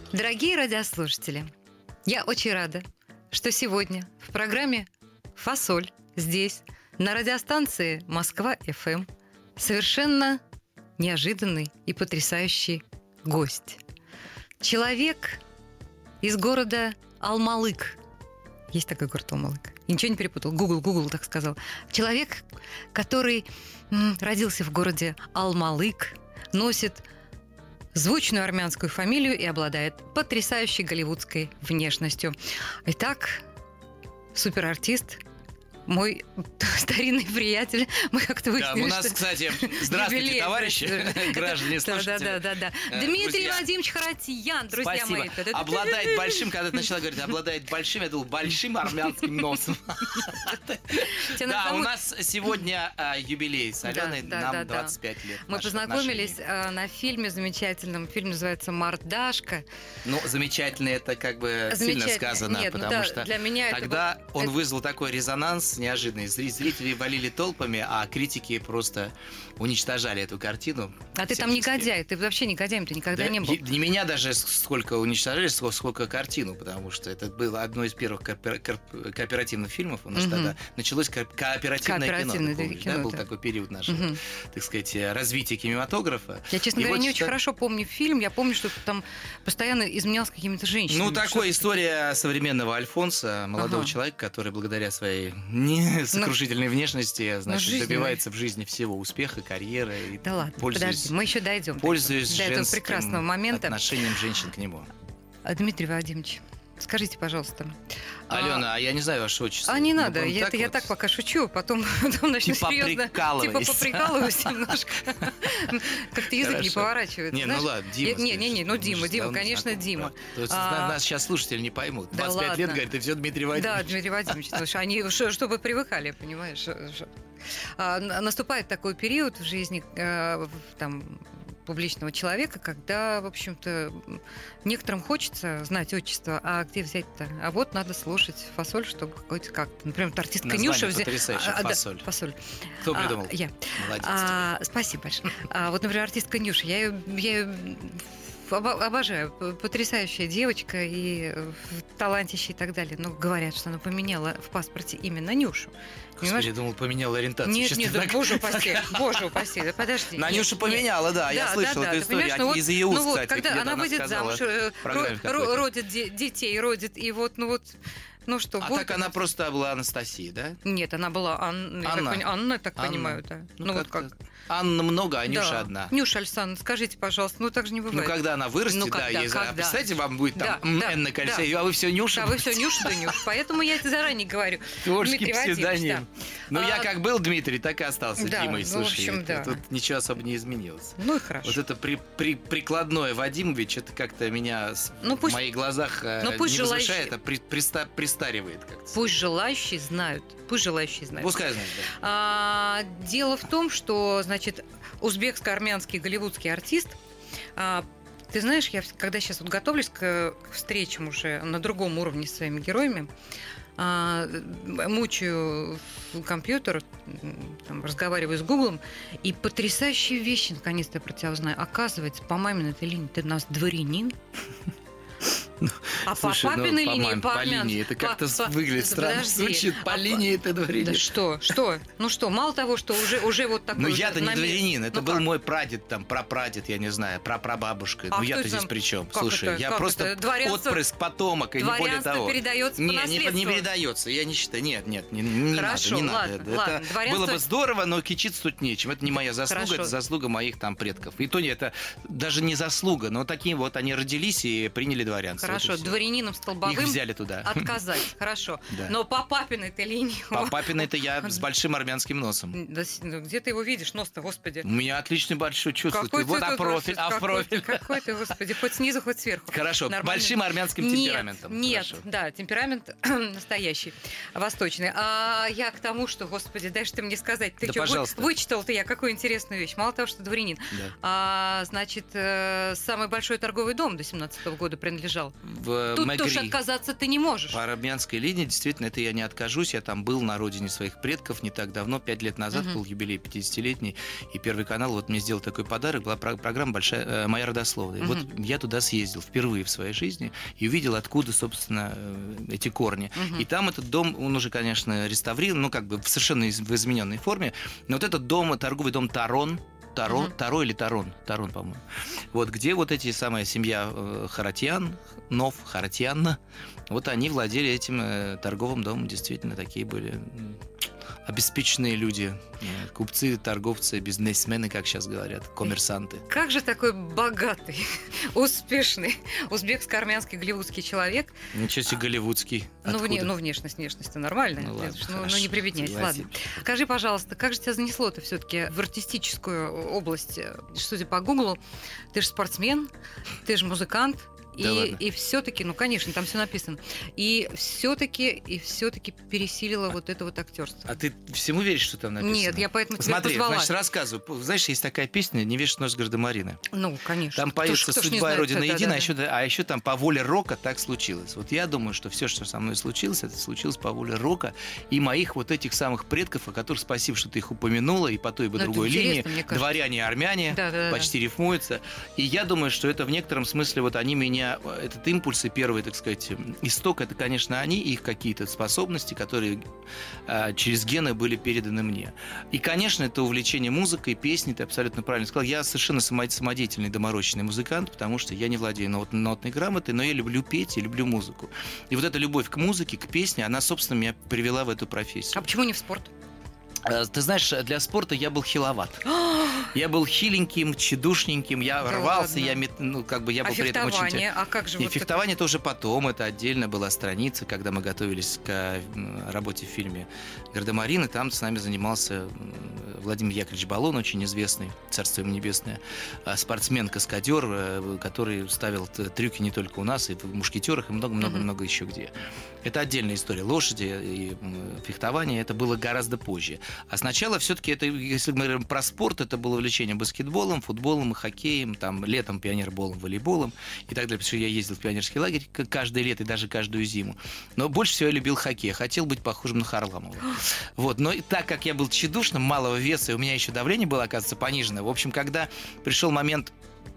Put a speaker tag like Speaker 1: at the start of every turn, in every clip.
Speaker 1: Дорогие радиослушатели, я очень рада, что сегодня в программе «Фасоль» здесь, на радиостанции Москва-ФМ, совершенно неожиданный и потрясающий гость. Человек из города Алмалык. Есть такой город Алмалык. И ничего не перепутал. Google так сказал. Человек, который родился в городе Алмалык, носит звучную армянскую фамилию и обладает потрясающей голливудской внешностью. Итак, суперартист, мой старинный приятель. Мы как-то выяснили,
Speaker 2: у нас,
Speaker 1: что...
Speaker 2: кстати, здравствуйте, товарищи, граждане, слушатели.
Speaker 1: Да. Дмитрий Вадимович Харатьян, друзья
Speaker 2: Спасибо.
Speaker 1: мои.
Speaker 2: Обладает большим, когда ты начала говорить, обладает большим, я думал, большим армянским носом. Да, у нас сегодня юбилей с Аленой, нам 25 лет.
Speaker 1: Мы познакомились на фильме замечательном. Фильм называется «Мордашка».
Speaker 2: Ну, замечательный, это как бы сильно сказано, потому что тогда он вызвал такой резонанс неожиданный. Зрители валили толпами, а критики просто уничтожали эту картину.
Speaker 1: А ты там негодяй, ты вообще негодяем ты никогда не был.
Speaker 2: Не меня даже сколько уничтожали, сколько картину, потому что это было одно из первых кооперативных фильмов. У нас тогда началось кооперативное кино. Помнишь, да? Был такой период нашего, так сказать, развития кинематографа.
Speaker 1: Я, честно говоря, не очень хорошо помню фильм. Я помню, что там постоянно изменялся какими-то женщинами.
Speaker 2: Ну, такая история современного Альфонса, молодого человека, который благодаря своей сокрушительной внешности, значит, добивается в жизни всего, успеха, карьеры.
Speaker 1: Да ладно, подожди, мы еще дойдем.
Speaker 2: Пользуясь
Speaker 1: до этого прекрасного момента.
Speaker 2: Отношением женщин к нему.
Speaker 1: Дмитрий Вадимович, скажите, пожалуйста.
Speaker 2: Алена, а я не знаю ваше отчество.
Speaker 1: Не надо, я так пока шучу, потом начну серьезно. Типа поприкалываюсь немножко. Как-то язык не поворачивается.
Speaker 2: Не, ну ладно, Дима.
Speaker 1: Не, Дима, конечно, Дима.
Speaker 2: То есть нас сейчас слушатели не поймут. 25 лет, говорит, и все Дмитрий Вадимович.
Speaker 1: Да, Дмитрий Вадимович, они чтобы привыкали, понимаешь. Наступает такой период в жизни, там, публичного человека, когда, в общем-то, некоторым хочется знать отчество, а где взять-то? А вот надо слушать «Фасоль», чтобы какой-то как-то... Например, артистка Нюша...
Speaker 2: Потрясающая «Фасоль».
Speaker 1: «Фасоль».
Speaker 2: Кто придумал?
Speaker 1: Я.
Speaker 2: Молодец.
Speaker 1: Спасибо большое. Вот, например, артистка Нюша. Я ее обожаю. Потрясающая девочка и талантище и так далее. Но говорят, что она поменяла в паспорте именно Нюшу.
Speaker 2: Господи, я думал, поменяла ориентацию.
Speaker 1: Нет, боже упаси, подожди.
Speaker 2: На Нюшу поменяла, да, я слышал эту историю. Из ее уст, кстати.
Speaker 1: Когда она выйдет замуж, родит детей, и вот, ну что,
Speaker 2: а так она просто была Анастасия, да?
Speaker 1: Нет, она была Анна, я так понимаю, да.
Speaker 2: Ну вот как. Анна много, а Нюша одна.
Speaker 1: Нюша Александровна, скажите, пожалуйста, так же не бывает.
Speaker 2: Ну, когда она вырастет, представьте, вам будет там Н на кольце, а вы все Нюша.
Speaker 1: А вы все Нюша да Нюша. Поэтому я это заранее говорю.
Speaker 2: Творческий псевдоним. Ну, я как был Дмитрий, так и остался Димой, слушай. Тут ничего особо не изменилось.
Speaker 1: Ну и хорошо.
Speaker 2: Вот это прикладное Вадимович, это как-то меня в моих глазах не возвышает, а пристаривает как-то.
Speaker 1: Пусть желающие знают.
Speaker 2: Пускай знают, да.
Speaker 1: Дело в том, что, значит, узбекско-армянский голливудский артист. Ты знаешь, я когда сейчас вот готовлюсь к встречам уже на другом уровне с своими героями, мучаю компьютер, там, разговариваю с Гуглом, и потрясающие вещи наконец-то я про тебя узнаю. Оказывается, по маминой этой линии ты у нас дворянин. А
Speaker 2: слушай,
Speaker 1: по папиной линии,
Speaker 2: по линии, это как-то выглядит странно. Звучит, по линии ты дворянин.
Speaker 1: Да что? Ну что, мало того, что уже вот такой...
Speaker 2: Ну я-то не дворянин, это был мой прадед, там, прапрадед, я не знаю, прапрабабушка. Ну я-то здесь при чем? Слушай, я просто отпрыск, потомок, и не более того.
Speaker 1: Дворянство передается по наследству?
Speaker 2: Не передается, я не считаю. Нет, не надо. Это было бы здорово, но кичиться тут нечем. Это не моя заслуга, это заслуга моих там предков. И то это даже не заслуга, но такие вот они родились и приняли дворянство.
Speaker 1: Хорошо, дворянином столбовым
Speaker 2: их взяли туда.
Speaker 1: Отказать, хорошо. Да. Но по папиной-то линии...
Speaker 2: По папиной-то я с большим армянским носом.
Speaker 1: Да, где ты его видишь, нос-то, господи?
Speaker 2: У меня отличный большой чувство. Вот, профиль.
Speaker 1: Какой ты, господи, хоть снизу, хоть сверху.
Speaker 2: Хорошо, большим армянским темпераментом.
Speaker 1: Нет, да, темперамент настоящий, восточный. А я к тому, что, господи, дай ты мне сказать. Ты что, вычитал-то я какую интересную вещь. Мало того, что дворянин. Значит, самый большой торговый дом до 17-го года принадлежал
Speaker 2: Тут
Speaker 1: Мегри. Тоже отказаться ты не можешь.
Speaker 2: По армянской линии, действительно, это я не откажусь. Я там был на родине своих предков не так давно, 5 лет назад, был юбилей 50-летний, и Первый канал вот мне сделал такой подарок, была программа «Большая моя родословная». Вот я туда съездил впервые в своей жизни и увидел, откуда, собственно, эти корни. И там этот дом, он уже, конечно, реставрирован, ну, как бы в совершенно в измененной форме, но вот этот дом, торговый дом Тарон, Таро или Тарон, по-моему. Вот где вот эти самая семья Харатьян, Харатьянна, вот они владели этим торговым домом, действительно такие были обеспеченные люди, купцы, торговцы, бизнесмены, как сейчас говорят, коммерсанты.
Speaker 1: Как же такой богатый, успешный узбекско-армянский голливудский человек?
Speaker 2: Ничего себе голливудский.
Speaker 1: Внешность нормальная.
Speaker 2: Ну, ладно,
Speaker 1: хорошо, не прибедняйся. Ладно. Скажи, пожалуйста, как же тебя занесло-то все-таки в артистическую область? Судя по Гуглу, ты же спортсмен, ты же музыкант. И все-таки, ну, конечно, там все написано. И все-таки пересилило вот это вот актерство.
Speaker 2: А ты всему веришь, что там написано?
Speaker 1: Нет, я поэтому тебя позвала.
Speaker 2: Смотри, значит, рассказываю. Знаешь, есть такая песня «Не вешать нос Гардемарины».
Speaker 1: Ну, конечно.
Speaker 2: Там поется «Судьба и Родина едина», а еще там «По воле рока так случилось». Вот я думаю, что все, что со мной случилось, это случилось по воле рока и моих вот этих самых предков, о которых спасибо, что ты их упомянула, и по той, и по другой линии. Дворяне и армяне почти рифмуются. И я думаю, что это в некотором смысле вот они меня... Этот импульс и первый, так сказать, исток, это, конечно, они, их какие-то способности, которые через гены были переданы мне. И, конечно, это увлечение музыкой, песней, ты абсолютно правильно сказал. Я совершенно самодеятельный, доморощенный музыкант, потому что я не владею нотной грамотой, но я люблю петь и люблю музыку. И вот эта любовь к музыке, к песне, она, собственно, меня привела в эту профессию.
Speaker 1: А почему не в спорт?
Speaker 2: Ты знаешь, для спорта я был хиловат. Я был хиленьким, тщедушненьким, я рвался, я был при этом очень...
Speaker 1: А как же?
Speaker 2: И фехтование это уже потом, это отдельно была страница, когда мы готовились к работе в фильме «Гардемарины», там с нами занимался Владимир Яковлевич Баллон, очень известный, царство ему небесное, спортсмен-каскадер, который ставил трюки не только у нас, и в «Мушкетерах», и много-много-много еще где. Это отдельная история. Лошади и фехтование, это было гораздо позже. А сначала все-таки это, если мы говорим про спорт, это было увлечение баскетболом, футболом и хоккеем, там, летом пионерболом, волейболом и так далее. Потому что я ездил в пионерский лагерь каждое лето и даже каждую зиму. Но больше всего я любил хоккей. Хотел быть похожим на Харламова. Вот. Но так как я был тщедушным, малого веса, и у меня еще давление было, оказывается, пониженное. В общем, когда пришел момент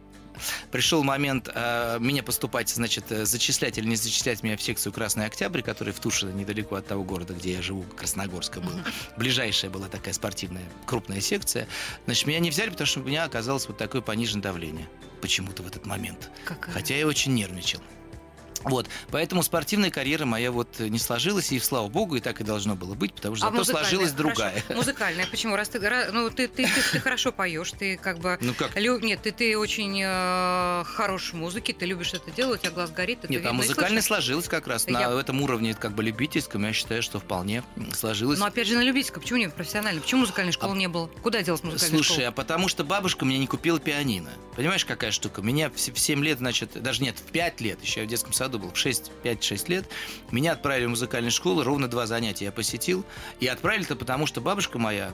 Speaker 2: меня поступать, значит, зачислять или не зачислять меня в секцию «Красный Октябрь», которая в Тушино, недалеко от того города, где я живу, Красногорска был. Ближайшая была такая спортивная, крупная секция. Значит, меня не взяли, потому что у меня оказалось вот такое пониженное давление. Почему-то в этот момент. Хотя я очень нервничал. Вот, поэтому спортивная карьера моя вот не сложилась, и слава богу, и так и должно было быть, потому что зато сложилась другая.
Speaker 1: Хорошо. Музыкальная, почему? Раз ты хорошо поешь, ты как бы... Нет, ты очень хорош в музыке, ты любишь это делать, у тебя глаз горит.
Speaker 2: Нет, а музыкально сложилось как раз на этом уровне, как бы любительском, я считаю, что вполне сложилось.
Speaker 1: Но опять же на любительском, почему не профессионально? Почему музыкальной школы не было? Куда делась музыкальная школа?
Speaker 2: Слушай, а потому что бабушка мне не купила пианино. Понимаешь, какая штука? Меня в 7 лет, значит, даже нет, в 5 лет, еще я в детском саду был, в 5-6 лет, меня отправили в музыкальную школу, ровно 2 занятия я посетил, и отправили-то потому, что бабушка моя,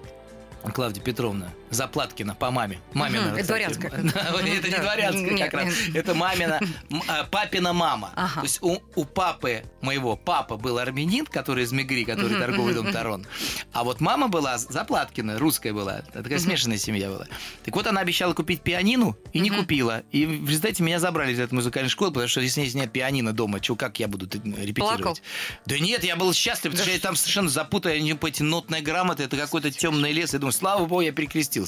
Speaker 2: Клавдия Петровна Заплаткина по маме. Мамина.
Speaker 1: Это дворянская.
Speaker 2: Это не дворянская как раз. Это мамина, папина мама. То есть у папы моего, папа был армянин, который из Мегри, который торговый дом Тарон. А вот мама была Заплаткина, русская была. Такая смешанная семья была. Так вот, она обещала купить пианино и не купила. И в результате меня забрали из этой музыкальной школы, потому что если нет пианино дома, как я буду репетировать?
Speaker 1: Плакал?
Speaker 2: Да нет, я был счастлив, потому что я там совершенно запутал, эти нотные грамоты, это какой-то темный лес. Я думаю, слава богу, я перекрестился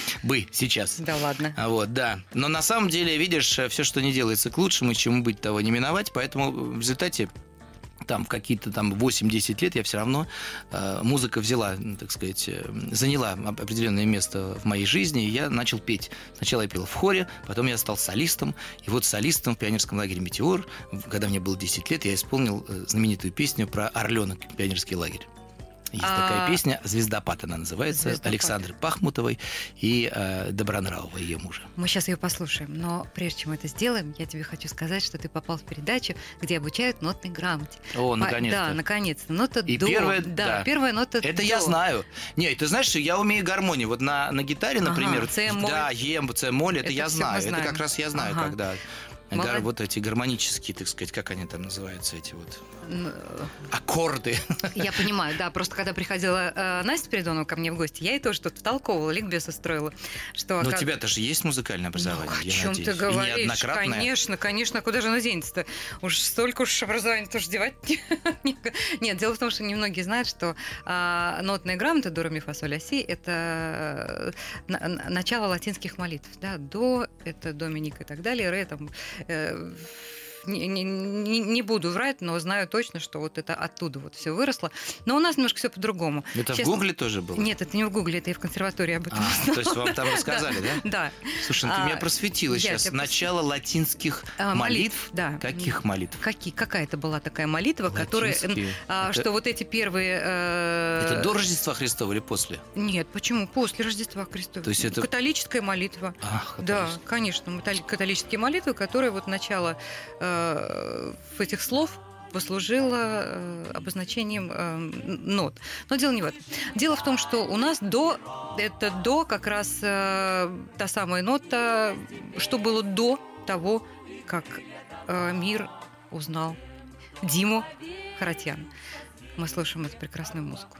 Speaker 2: сейчас.
Speaker 1: Да ладно.
Speaker 2: Вот, да. Но на самом деле, видишь, все, что не делается к лучшему, чему быть, того не миновать. Поэтому в результате там в какие-то там 8-10 лет я все равно музыка взяла, так сказать, заняла определенное место в моей жизни, и я начал петь. Сначала я пел в хоре, потом я стал солистом, и вот солистом в пионерском лагере «Метеор», когда мне было 10 лет, я исполнил знаменитую песню про орленок, пионерский лагерь. Есть такая песня «Звездопад», она называется, «Звездопад». Александры Пахмутовой и Добронравова, ее мужа.
Speaker 1: Мы сейчас ее послушаем, но прежде чем это сделаем, я тебе хочу сказать, что ты попал в передачу, где обучают нотной грамоте.
Speaker 2: О, наконец-то.
Speaker 1: Да, наконец-то. Нота
Speaker 2: и
Speaker 1: до. Первая нота
Speaker 2: это
Speaker 1: до.
Speaker 2: Я знаю. Нет, ты знаешь, я умею гармонию. Вот на гитаре, например,
Speaker 1: С-моль.
Speaker 2: да, С-моль, это я знаю. Это как раз я знаю, когда... Вот эти гармонические, так сказать, как они там называются, эти вот аккорды.
Speaker 1: Я понимаю, да. Просто когда приходила Настя Передонова ко мне в гости, я ей тоже что-то втолковывала, ликбез устроила.
Speaker 2: Но у тебя-то же есть музыкальное образование,
Speaker 1: о чем ты говоришь? Конечно. Куда же оно денется-то? Уж столько образования тоже девать. Нет, дело в том, что немногие знают, что нотная грамота до, ре, ми, фа, соль, ля, си — это начало латинских молитв. Да? До — это Доминик и так далее. Ре — там... Не буду врать, но знаю точно, что вот это оттуда вот все выросло. Но у нас немножко все по-другому.
Speaker 2: Это в Гугле тоже было?
Speaker 1: Нет, это не в Гугле, это и в консерватории об этом узнала.
Speaker 2: То есть вам там рассказали, да?
Speaker 1: Да.
Speaker 2: Слушай, ты меня просветила сейчас. Начало латинских молитв?
Speaker 1: Да.
Speaker 2: Каких молитв?
Speaker 1: Какая-то была такая молитва, которая... Что вот эти первые...
Speaker 2: Это до Рождества Христова или после?
Speaker 1: Нет, почему? После Рождества Христова.
Speaker 2: То есть это...
Speaker 1: Католическая молитва. Да, конечно. Католические молитвы, которые вот начало... этих слов послужило обозначением нот. Но дело не в этом. Дело в том, что у нас до как раз та самая нота, что было до того, как мир узнал Диму Харатьяна. Мы слушаем эту прекрасную музыку.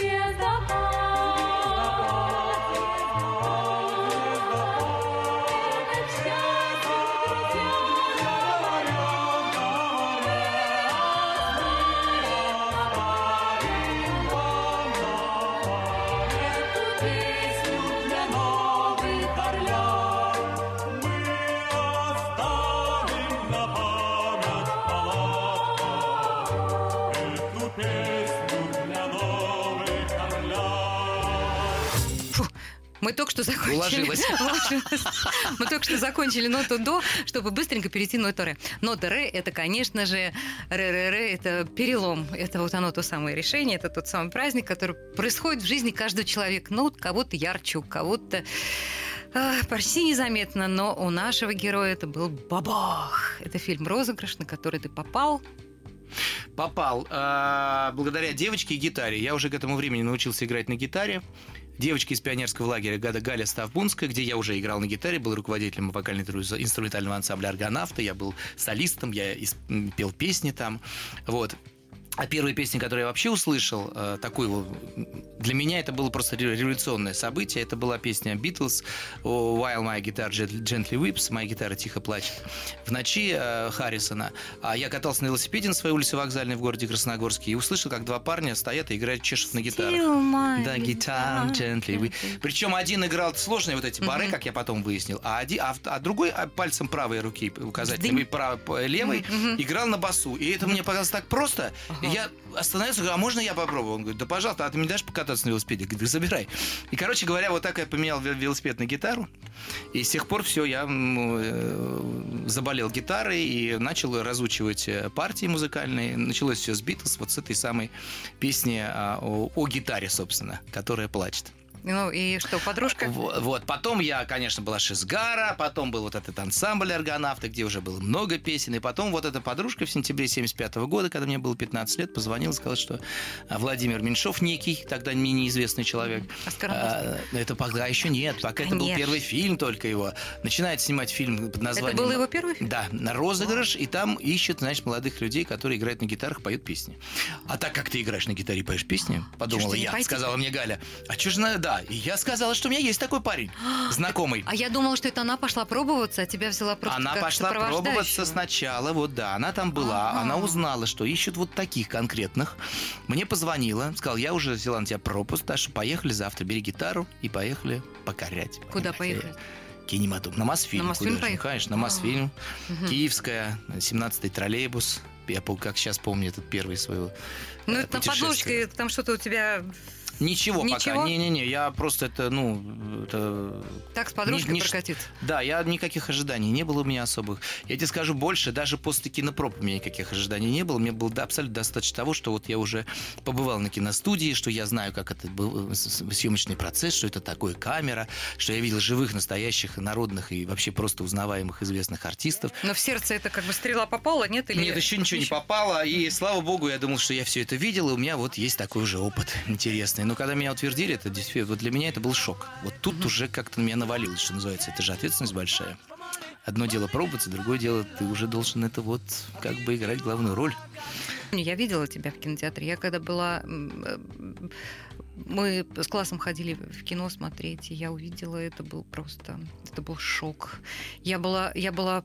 Speaker 1: Мы только что закончили ноту до, чтобы быстренько перейти на ноту ре. Нота ре — это, конечно же, ре, это перелом. Это вот оно, то самое решение, это тот самый праздник, который происходит в жизни каждого человека. Ну, у кого-то ярче, у кого-то почти незаметно, но у нашего героя это был бабах. Это фильм «Розыгрыш», на который ты попал.
Speaker 2: Попал. Благодаря девочке и гитаре. Я уже к этому времени научился играть на гитаре. Девочка из пионерского лагеря Галя Ставбунская, где я уже играл на гитаре, был руководителем вокально-инструментального ансамбля «Аргонавты», я был солистом, я пел песни там. Вот. А первая песня, которую я вообще услышал, для меня это было просто революционное событие. Это была песня Beatles «While my guitar gently weeps», «Моя гитара тихо плачет». В ночи Харрисона. А я катался на велосипеде на своей улице Вокзальной в городе Красногорске и услышал, как два парня стоят и играют, чешут на гитарах. Да, «Guitar gently weeps». Причем один играл сложные вот эти бары, как я потом выяснил, а другой пальцем правой руки, указательным и левой, играл на басу. И это мне показалось так просто. Я остановился, говорю, а можно я попробую? Он говорит, да пожалуйста, а ты мне дашь покататься на велосипеде? Я говорю, да забирай. И, короче говоря, вот так я поменял велосипед на гитару. И с тех пор все, я заболел гитарой и начал разучивать партии музыкальные. Началось все с Битлз, вот с этой самой песни о гитаре, собственно, которая плачет.
Speaker 1: Ну и что, подружка?
Speaker 2: Вот. Потом я, конечно, была Шизгара, потом был вот этот ансамбль «Аргонавты», где уже было много песен. И потом вот эта подружка в сентябре 1975 года, когда мне было 15 лет, позвонила и сказала, что Владимир Меньшов, некий, тогда мне неизвестный человек. Это пока еще нет, пока это был первый фильм только его. Начинает снимать фильм под названием...
Speaker 1: Это был его первый фильм?
Speaker 2: Да, на «Розыгрыш», и там ищут, значит, молодых людей, которые играют на гитарах, поют песни. А так как ты играешь на гитаре и поешь песни, подумала я, сказала мне Галя, а что же надо, да. И я сказала, что у меня есть такой парень, знакомый.
Speaker 1: А я думала, что это она пошла пробоваться, а тебя взяла просто
Speaker 2: она
Speaker 1: как
Speaker 2: пошла пробоваться сначала, вот да, она там была, она узнала, что ищут вот таких конкретных. Мне позвонила, сказала, я уже взяла на тебя пропуск, так что поехали завтра, бери гитару и поехали покорять.
Speaker 1: Куда поехали?
Speaker 2: Кинематограф. На Мосфильм.
Speaker 1: На Мосфильм поехали?
Speaker 2: Конечно, на Мосфильм. Киевская, 17-й троллейбус. Я, как сейчас помню, этот первый свой
Speaker 1: Ну, это на подложке, там что-то у тебя...
Speaker 2: Ничего пока. Не-не-не, я просто
Speaker 1: Так с подружкой прокатиться?
Speaker 2: Да, никаких ожиданий не было у меня особых. Я тебе скажу больше, даже после кинопроб у меня никаких ожиданий не было. Мне было абсолютно достаточно того, что вот я уже побывал на киностудии, что я знаю, как это был съемочный процесс, что это такое камера, что я видел живых, настоящих, народных и вообще просто узнаваемых известных артистов.
Speaker 1: Но в сердце это как бы стрела попала, нет?
Speaker 2: Нет, еще ничего не попало. И слава богу, я думал, что я все это видел, и у меня вот есть такой уже опыт интересный. Но когда меня утвердили, это действительно, вот для меня это был шок. Вот тут уже как-то на меня навалилось, что называется. Это же ответственность большая. одно дело пробоваться, другое дело ты уже должен это вот как бы играть главную роль.
Speaker 1: Я видела тебя в кинотеатре. Я когда была... Мы с классом ходили в кино смотреть, и я увидела, это был просто... Это был шок. Я была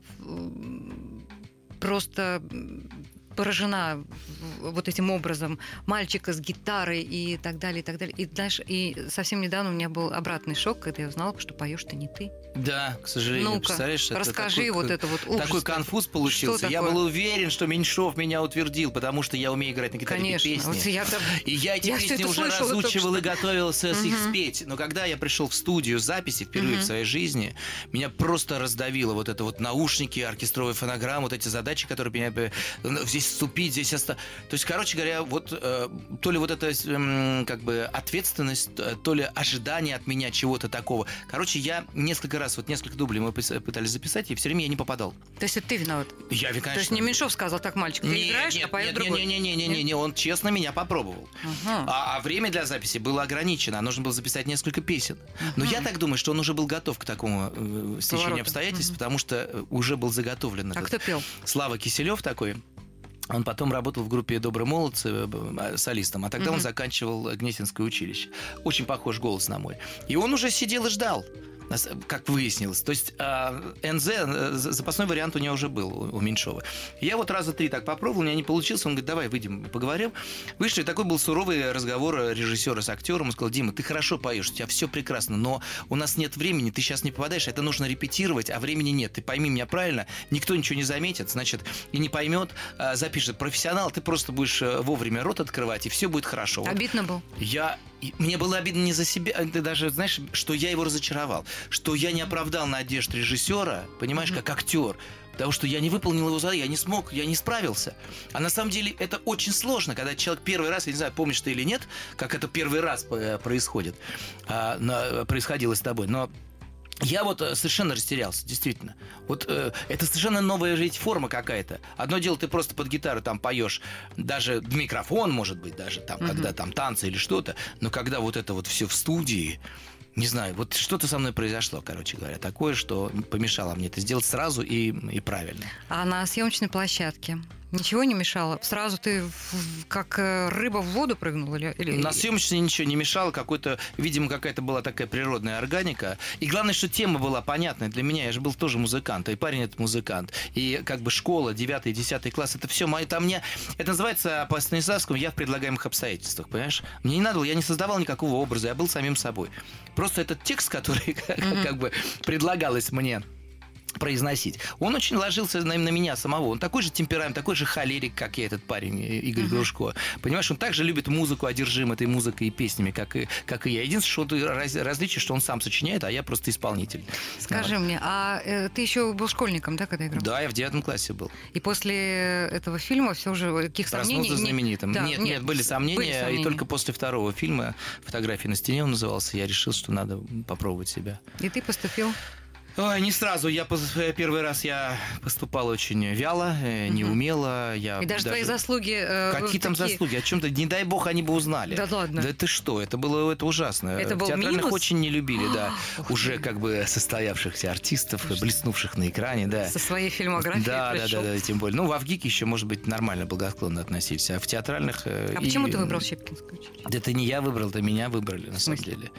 Speaker 1: просто поражена вот этим образом мальчика с гитарой и так далее, и так далее. И дальше, и совсем недавно у меня был обратный шок, когда я узнала, что поешь-то не ты.
Speaker 2: Да, к сожалению.
Speaker 1: Ну-ка,
Speaker 2: представляешь,
Speaker 1: расскажи это вот это вот ужас.
Speaker 2: Такой конфуз получился. Я был уверен, что Меньшов меня утвердил, потому что я умею играть на гитаре и песни. Вот и я эти песни уже разучивал и готовился их спеть. Но когда я пришел в студию записи впервые в своей жизни, меня просто раздавило вот это вот наушники, оркестровая фонограмма, вот эти задачи, которые меня здесь вступить, здесь остаться. То есть, короче говоря, вот то ли вот эта как бы ответственность, то ли ожидание от меня чего-то такого. Короче, я несколько раз, вот несколько дублей мы пытались записать, и все время я не попадал.
Speaker 1: То есть это ты виноват?
Speaker 2: Я, конечно.
Speaker 1: То есть не Меньшов сказал, так, мальчик, ты играешь, а поет другой?
Speaker 2: Не, он честно меня попробовал. А время для записи было ограничено, нужно было записать несколько песен. Но я так думаю, что он уже был готов к такому стечению обстоятельств, потому что уже был заготовлен.
Speaker 1: А кто пел?
Speaker 2: Слава Киселев такой. Он потом работал в группе «Добрые молодцы» солистом, а тогда он заканчивал Гнесинское училище. Очень похож голос на мой. И он уже сидел и ждал, как выяснилось. То есть НЗ, запасной вариант у него уже был, у Меньшова. Я вот раза 3 так попробовал, у меня не получилось. Он говорит, давай выйдем, поговорим. Вышли, такой был суровый разговор режиссера с актером. Он сказал, Дима, ты хорошо поешь, у тебя все прекрасно, но у нас нет времени, ты сейчас не попадаешь, это нужно репетировать, а времени нет. Ты пойми меня правильно, никто ничего не заметит, значит, и не поймет, запишет. Профессионал, ты просто будешь вовремя рот открывать, и все будет хорошо.
Speaker 1: Обидно был?
Speaker 2: Мне было обидно не за себя, ты даже знаешь, что я его разочаровал, что я не оправдал надежд режиссера, понимаешь, как актер, потому что я не выполнил его задание, я не смог, я не справился. А на самом деле это очень сложно, когда человек первый раз, я не знаю, помнишь ты или нет, как это первый раз происходило с тобой, но я вот совершенно растерялся, действительно. Вот это совершенно новая ведь форма какая-то. Одно дело, ты просто под гитару там поешь, даже в микрофон, может быть, даже там, когда там танцы или что-то, но когда вот это вот все в студии, не знаю, вот что-то со мной произошло, короче говоря, такое, что помешало мне это сделать сразу и правильно.
Speaker 1: А на съемочной площадке ничего не мешало? Сразу ты как рыба в воду прыгнул? Или...
Speaker 2: На съемочной ничего не мешало. Видимо, какая-то была такая природная органика. И главное, что тема была понятная для меня. Я же был тоже музыкант, и парень этот музыкант. И как бы школа, 9 и 10 класс, это все мои. Это называется по Станиславскому «я в предлагаемых обстоятельствах», понимаешь? Мне не надо было, я не создавал никакого образа, я был самим собой. Просто этот текст, который как бы предлагалось мне произносить, он очень ложился на меня самого. Он такой же темперамент, такой же холерик, как я, этот парень, Игорь Грушко. Понимаешь, он также любит музыку, одержим этой музыкой и песнями, как и я. Единственное, что различие, что он сам сочиняет, а я просто исполнитель.
Speaker 1: Скажи мне, а ты еще был школьником, да, когда играл?
Speaker 2: Да, я в 9 классе был.
Speaker 1: И после этого фильма все же каких сомнений?
Speaker 2: Проснулся знаменитым. Да, нет, были сомнения, и только после второго фильма «Фотографии на стене» он назывался, я решил, что надо попробовать себя.
Speaker 1: И ты поступил?
Speaker 2: Ой, не сразу. Первый раз я поступал очень вяло, неумело.
Speaker 1: И даже твои заслуги...
Speaker 2: Какие там заслуги? О чем-то, не дай бог, они бы узнали.
Speaker 1: Да ладно.
Speaker 2: Да ты что? Это ужасно.
Speaker 1: Это был
Speaker 2: театральных
Speaker 1: минус?
Speaker 2: очень не любили, да. Уже как бы состоявшихся артистов, блеснувших на экране, да.
Speaker 1: Со своей фильмографией пришел.
Speaker 2: Да, тем более. Ну, в Авгике еще, может быть, нормально, благосклонно относились. А в театральных...
Speaker 1: А почему ты выбрал Щепкинское училище?
Speaker 2: Это не я выбрал, это меня выбрали, на самом деле.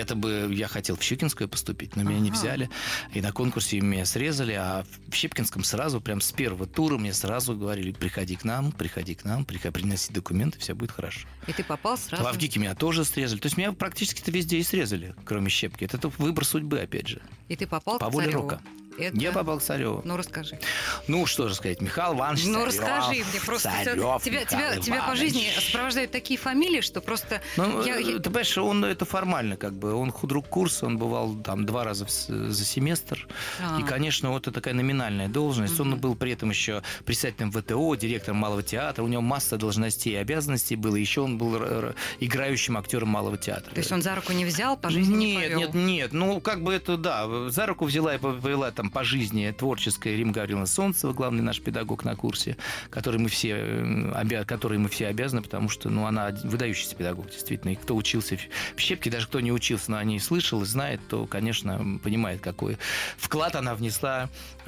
Speaker 2: Я хотел в Щукинское поступить, но меня не взяли. И на конкурсе меня срезали, а в Щепкинском сразу, прям с первого тура мне сразу говорили, приходи к нам, приноси документы, все будет хорошо.
Speaker 1: И ты попал сразу?
Speaker 2: В Авгике меня тоже срезали. То есть меня практически-то везде и срезали, кроме Щепки. Это выбор судьбы, опять же.
Speaker 1: И ты попал
Speaker 2: по
Speaker 1: к
Speaker 2: воле
Speaker 1: Цареву?
Speaker 2: рока. Я попал к Цареву.
Speaker 1: Ну, расскажи.
Speaker 2: Ну, что же сказать, Михаил Иванович Царев.
Speaker 1: Ну, расскажи мне просто.
Speaker 2: Царев,
Speaker 1: тебя по жизни сопровождают такие фамилии, что просто...
Speaker 2: Ты понимаешь, это формально как бы. Он худрук курса, он бывал там 2 раза за семестр. И, конечно, вот это такая номинальная должность. Он был при этом еще председателем ВТО, директором Малого театра. У него масса должностей и обязанностей было. Еще он был играющим актером Малого театра.
Speaker 1: То есть он за руку не взял, по жизни не повел?
Speaker 2: Нет. Ну, как бы это, да. За руку взяла и повела там по жизни творческая Римма Гавриловна Солнцева, главный наш педагог на курсе, которой мы все обязаны, потому что, ну, она выдающийся педагог, действительно. И кто учился в Щепке, даже кто не учился, но о ней слышал и знает, то, конечно, понимает, какой вклад она внесла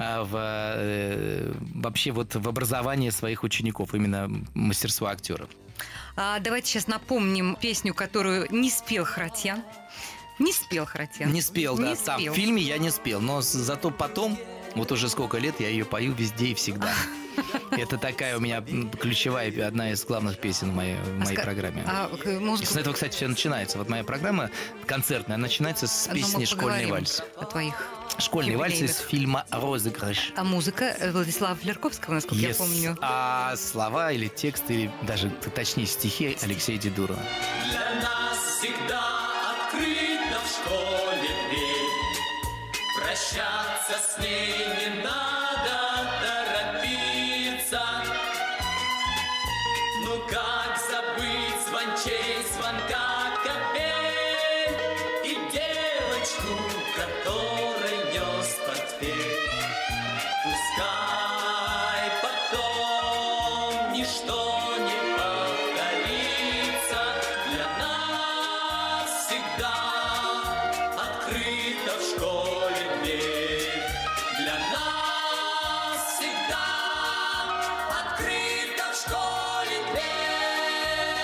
Speaker 2: вообще вот в образование своих учеников, именно мастерство актеров.
Speaker 1: Давайте сейчас напомним песню, которую не спел Харатьян. Не спел,
Speaker 2: да. Там в фильме я не спел, но зато потом, вот уже сколько лет, я ее пою везде и всегда. Это такая у меня ключевая, одна из главных песен в моей программе. С этого, кстати, все начинается. Вот моя программа концертная начинается с песни «Школьный вальс».
Speaker 1: О твоих
Speaker 2: «Школьный вальс» из фильма «Розыгрыш».
Speaker 1: А музыка Владислава Флерковского, насколько я помню.
Speaker 2: А слова или текст, или даже, точнее, стихи Алексея Дедурова.
Speaker 3: Для нас всегда открыта в школе дверь. Прощаться с ней не надо торопиться. Ну как забыть звончей, звонка капель и девочку, которой нес портфель. Пускай потом ничто не повторится, для нас всегда открыта в школе дверь. Для нас всегда открыта в школе дверь.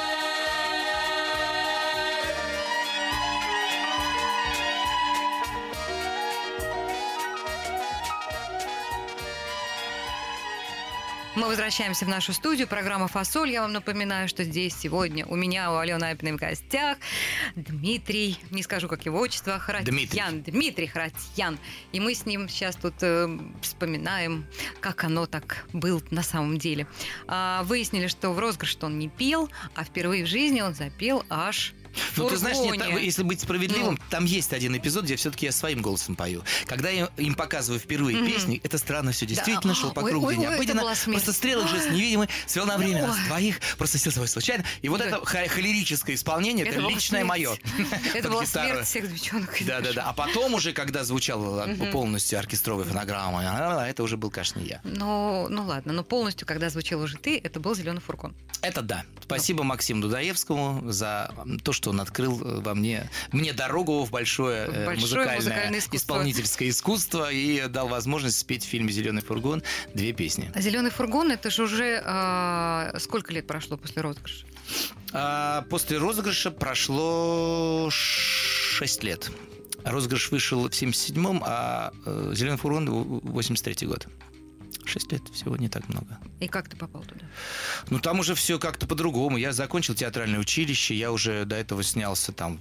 Speaker 1: Мы возвращаемся в нашу студию. Программа «Фасоль». Я вам напоминаю, что здесь сегодня у меня, у Алены Апиной в гостях Дмитрий, не скажу, как его отчество, Харатьян. Дмитрий Харатьян. И мы с ним сейчас тут вспоминаем, как оно так было на самом деле. Выяснили, что в розыгрыш он не пел, а впервые в жизни он запел аж...
Speaker 2: Ну, ты знаешь, если быть справедливым, там есть один эпизод, где все-таки я своим голосом пою. Когда я им показываю впервые песни, это странно все действительно, шел по кругу, необычно. Просто стрелок же невидимый свел на время нас двоих, просто сел собой случайно. И вот это холерическое исполнение, это личное мое.
Speaker 1: Это была смерть всех девчонок.
Speaker 2: Да. А потом уже, когда звучала полностью оркестровая фонограмма, это уже был, конечно, я.
Speaker 1: Ну ладно, но полностью, когда звучал уже ты, это был «Зеленый фургон».
Speaker 2: Это да. Спасибо Максиму Дудаевскому за то, что он открыл во мне дорогу в большое музыкальное исполнительское искусство и дал возможность спеть в фильме «Зеленый фургон» 2 песни.
Speaker 1: «Зеленый фургон» — это же уже сколько лет прошло после розыгрыша?
Speaker 2: После розыгрыша прошло 6 лет. Розыгрыш вышел в 1977-м, а «Зеленый фургон» — 1983 год. 6 лет, всего не так много.
Speaker 1: И как ты попал туда?
Speaker 2: Ну, там уже все как-то по-другому. Я закончил театральное училище, я уже до этого снялся там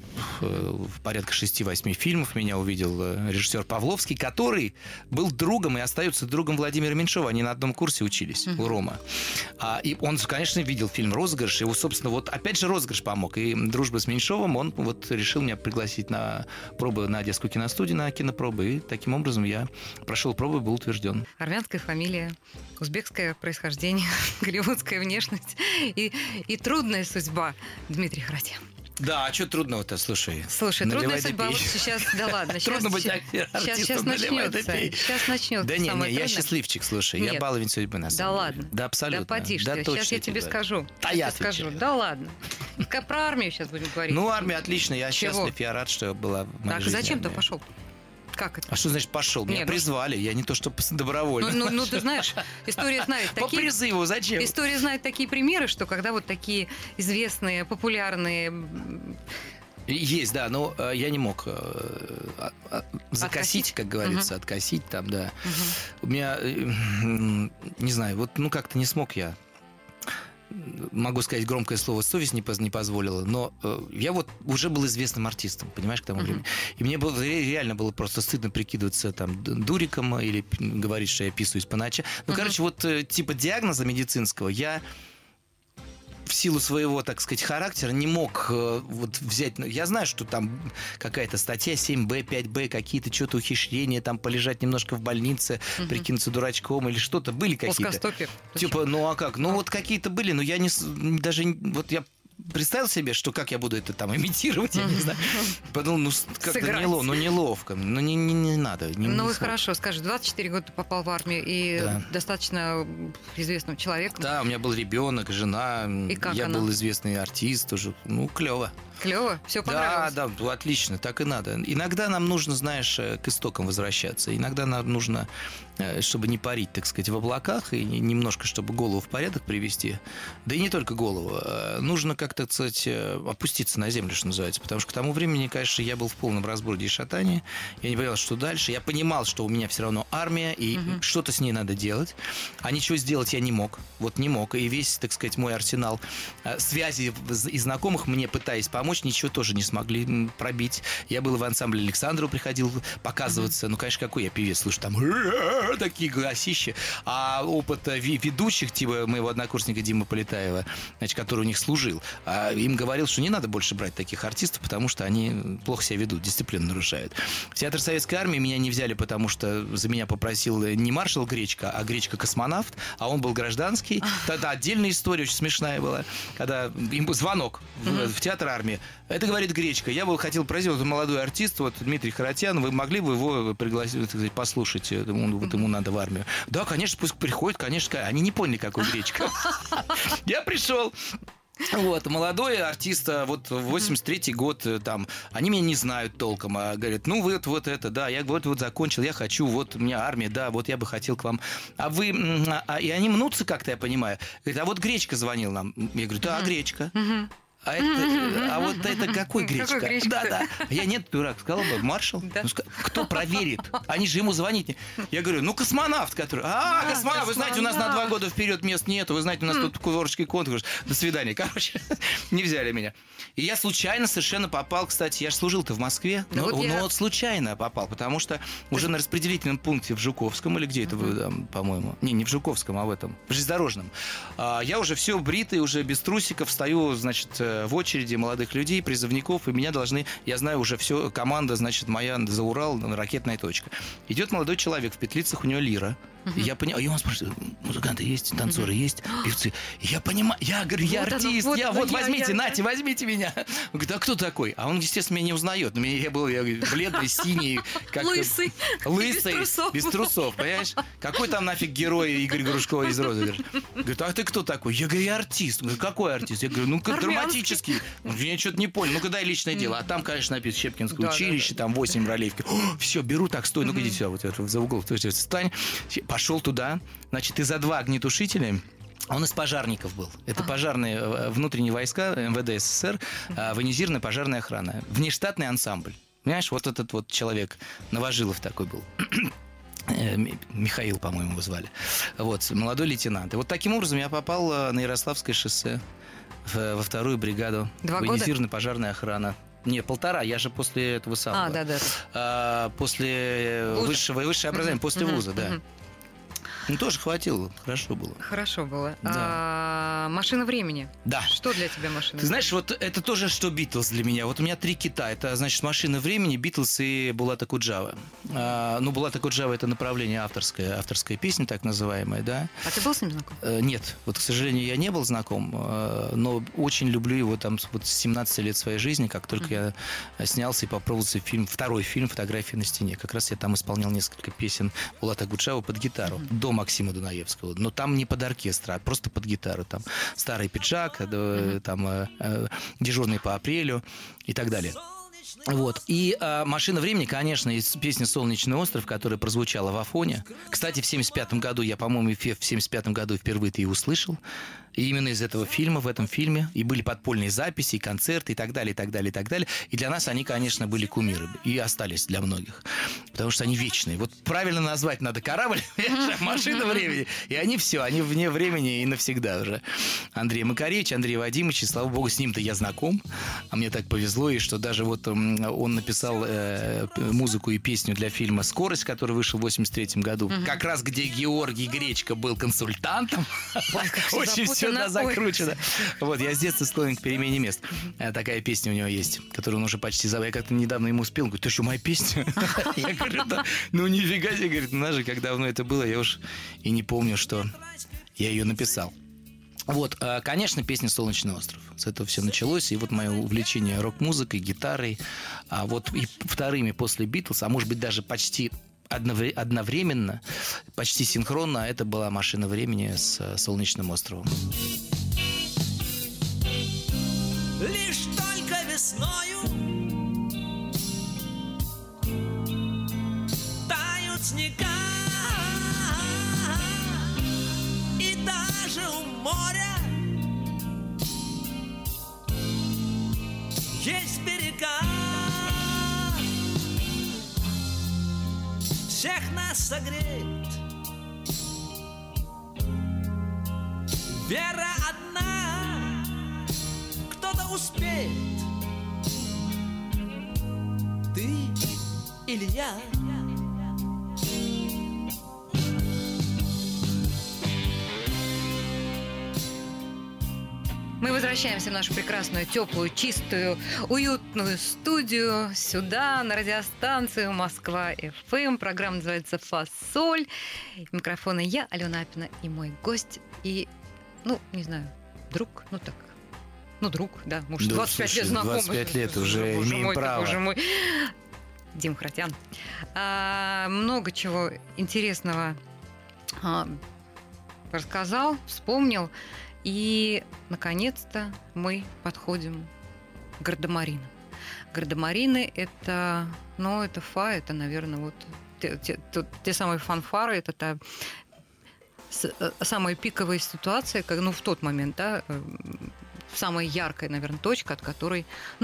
Speaker 2: в порядка 6-8 фильмов. Меня увидел режиссер Павловский, который был другом и остается другом Владимира Меньшова. Они на одном курсе учились у Рома. И он, конечно, видел фильм «Розыгрыш». Его, собственно, вот опять же розыгрыш помог. И дружба с Меньшовым, он вот решил меня пригласить на пробы на Одесскую киностудию, на кинопробы. И таким образом я прошел пробы и был утвержден.
Speaker 1: Армянская фамилия, узбекское происхождение, голливудская внешность и трудная судьба Дмитрия Харатьяна.
Speaker 2: Да, а что трудного-то, слушай?
Speaker 1: Трудная судьба, вот сейчас, да ладно.
Speaker 2: Трудно быть артистом,
Speaker 1: Сейчас начнется.
Speaker 2: Да не, я счастливчик, слушай, я баловень судьбы на самом деле.
Speaker 1: Да ладно.
Speaker 2: Да абсолютно.
Speaker 1: Да поди, сейчас я тебе скажу.
Speaker 2: Да я скажу.
Speaker 1: Да ладно. Про армию сейчас будем говорить.
Speaker 2: Ну, армия отлично, я счастлив, я рад, что была в моей жизни.
Speaker 1: Так, зачем ты пошел? Как это?
Speaker 2: А что значит пошел? Меня призвали, я не то что добровольно.
Speaker 1: Ну, ты знаешь, история знает такие...
Speaker 2: По призыву, зачем?
Speaker 1: История знает такие примеры, что когда вот такие известные, популярные...
Speaker 2: Есть, да, но я не мог закосить, как говорится, откосить там, да. У меня, не знаю, вот, как-то не смог я. Могу сказать громкое слово, совесть не позволила, но я вот уже был известным артистом, понимаешь, к тому времени. И мне реально было просто стыдно прикидываться там дуриком или говорить, что я писаюсь по ночам. Короче, вот типа диагноза медицинского я в силу своего, так сказать, характера не мог вот взять... Я знаю, что там какая-то статья 7Б, 5Б, какие-то что-то ухищрения, там полежать немножко в больнице, прикинуться дурачком или что-то. Были какие-то.
Speaker 1: Плоскостопие.
Speaker 2: Типа, ну а как? Ну вот какие-то были, но я даже... Вот я представил себе, что как я буду это там имитировать, я не знаю. Подумал, как-то неловко. Не надо.
Speaker 1: Ну и хорошо, скажи, 24 года ты попал в армию и достаточно известным человеком.
Speaker 2: Да, у меня был ребенок, жена.
Speaker 1: И как
Speaker 2: я был известный артист тоже. клево.
Speaker 1: Клево? Все понравилось?
Speaker 2: Да, отлично, так и надо. Иногда нам нужно, знаешь, к истокам возвращаться. Иногда нам нужно, чтобы не парить, так сказать, в облаках, и немножко, чтобы голову в порядок привести. Да и не только голову. Нужно как-то, так сказать, опуститься на землю, что называется. Потому что к тому времени, конечно, я был в полном разброде и шатании. Я не понимал, что дальше. Я понимал, что у меня все равно армия, и что-то с ней надо делать. А ничего сделать я не мог. Вот не мог. И весь, так сказать, мой арсенал связей и знакомых мне, пытаясь помочь, ничего тоже не смогли пробить. Я был в ансамбле Александрова, приходил показываться. Ну, конечно, какой я певец, слушай, там такие голосища. А опыт ведущих, типа моего однокурсника Димы Полетаева, значит, который у них служил, им говорил, что не надо больше брать таких артистов, потому что они плохо себя ведут, дисциплину нарушают. В Театр Советской Армии меня не взяли, потому что за меня попросил не маршал Гречка, а Гречка-космонавт, а он был гражданский. Тогда отдельная история, очень смешная была, когда им был звонок в Театр Армии. Это говорит Гречка. Я бы хотел просить, вот молодой артист, вот Дмитрий Харатьян, вы могли бы его пригласить, так сказать, послушать, вот ему надо в армию. Да, конечно, пусть приходит, конечно. Они не поняли, какой Гречка. Я пришел. Вот, молодой артист, вот 83-й год, там, они меня не знают толком, а говорят, ну, вы вот это, да, я вот закончил, я хочу, вот у меня армия, да, вот я бы хотел к вам. А вы, и они мнутся как-то, я понимаю. Говорят, а вот Гречка звонил нам. Я говорю, да, Гречка. А вот это какой Гречка? Да. Я нет, дурак, сказал бы, маршал. Да. Ну, кто проверит? Они же ему звонить. Я говорю, ну, космонавт, который... Космонавт, вы знаете, у нас на 2 года вперед мест нету, вы знаете, у нас тут творческий конкурс. До свидания. Короче, не взяли меня. И я случайно совершенно попал, кстати, я же служил-то в Москве, но вот случайно попал, потому что уже на распределительном пункте в Жуковском, или где это вы, там, по-моему, не в Жуковском, а в этом, в железнодорожном, я уже все бритый, уже без трусиков, стою, значит, в очереди молодых людей, призывников, и меня должны, я знаю уже все, команда, значит, моя за Урал, ракетная точка. Идет молодой человек, в петлицах у него лира. И я понимаю, и он спрашивает, музыканты есть, танцоры есть, певцы. Я понимаю, я говорю, я артист, возьмите, возьмите меня. Он говорит, а кто такой? А он, естественно, меня не узнает. Я был бледный, синий, как
Speaker 1: лысый,
Speaker 2: без трусов, понимаешь? Какой там нафиг герой Игорь Грушко из «Розыгрыш»? Говорит, а ты кто такой? Я говорю, я артист. Он говорит, какой артист? Я говорю, ну, драматический. Я что-то не понял. Ну-ка, дай личное дело. А там, конечно, написано Щепкинское училище, там 8 ролей. Все, беру, так, стой, ну-ка, иди сюда, вот за угол. Встань. Пошел туда, значит, из-за 2 огнетушителя. Он из пожарников был. Это пожарные внутренние войска МВД СССР, военизированная пожарная охрана. Внештатный ансамбль. Понимаешь, вот этот вот человек, Новожилов такой был. Михаил, по-моему, его звали. Вот, молодой лейтенант. И вот таким образом я попал на Ярославское шоссе во 2-ю бригаду.
Speaker 1: 2
Speaker 2: военизированная пожарная охрана. Не, 1,5, я же после этого самого. После высшего образования, после вуза, да. Ну, тоже хватило, хорошо было.
Speaker 1: Хорошо было.
Speaker 2: Да.
Speaker 1: «Машина времени».
Speaker 2: Да.
Speaker 1: Что для тебя «Машина времени»?
Speaker 2: Ты знаешь, вот это тоже, что «Битлз» для меня. Вот у меня 3 кита. Это, значит, «Машина времени», «Битлз» и «Булат Акуджава». Ну, «Булат Акуджава» — это направление авторская песня, так называемая, да.
Speaker 1: А ты был с ним знаком?
Speaker 2: Нет. Вот, к сожалению, я не был знаком, но очень люблю его там вот с 17 лет своей жизни, как только я снялся и попробовал второй фильм «Фотографии на стене». Как раз я там исполнял несколько песен Булата Акуджава под гитару. До Максима Дунаевского. Но там не под оркестр, а просто под гитару. Там «Старый пиджак», там «Дежурный по апрелю» и так далее. Вот. И «Машина времени», конечно, из песни «Солнечный остров», которая прозвучала в Афоне. Кстати, в 75-м году, я, по-моему, в 75-м году впервые-то и услышал. И именно из этого фильма, в этом фильме. И были подпольные записи, и концерты, и так далее, и так далее, и так далее. И для нас они, конечно, были кумиры. И остались для многих. Потому что они вечные. Вот правильно назвать надо корабль, «Машина времени». И они все, они вне времени и навсегда уже. Андрей Макаревич, Андрей Вадимович, и, слава богу, с ним-то я знаком. А мне так повезло, и что даже вот он написал музыку и песню для фильма «Скорость», который вышел в 83-м году. Как раз где Георгий Гречка был консультантом. Очень все закручено. Вот, я с детства склонен к перемене мест. Такая песня у него есть, которую он уже почти забыл. Я как-то недавно ему спел. Говорит, ты что, моя песня? Я говорю, да. Ну, нифига себе. Говорит, ну, как давно это было, я уж и не помню, что я ее написал. Вот, конечно, песня «Солнечный остров». С этого все началось. И вот мое увлечение рок-музыкой, гитарой. А вот и вторыми после «Битлз», а может быть даже почти одновременно, почти синхронно, это была «Машина времени» с «Солнечным островом».
Speaker 3: Лишь только весною тают снега, и даже у моря есть берега. Всех нас согреет вера одна, кто-то успеет, ты или я.
Speaker 1: Мы возвращаемся в нашу прекрасную, теплую, чистую, уютную студию сюда, на радиостанцию Москва-ФМ. Программа называется «Фасоль». Микрофона я, Алена Апина, и мой гость. И, не знаю, друг, друг, да, может, 25 лет знакомы.
Speaker 2: 25 лет уже имеем право.
Speaker 1: Боже мой. Дим Харатьян. Много чего интересного рассказал, вспомнил. И, наконец-то, мы подходим к гардемаринам. Гардемарины – это наверное, вот те самые фанфары, это та самая пиковая ситуация, в тот момент, да, самая яркая, наверное, точка, от которой...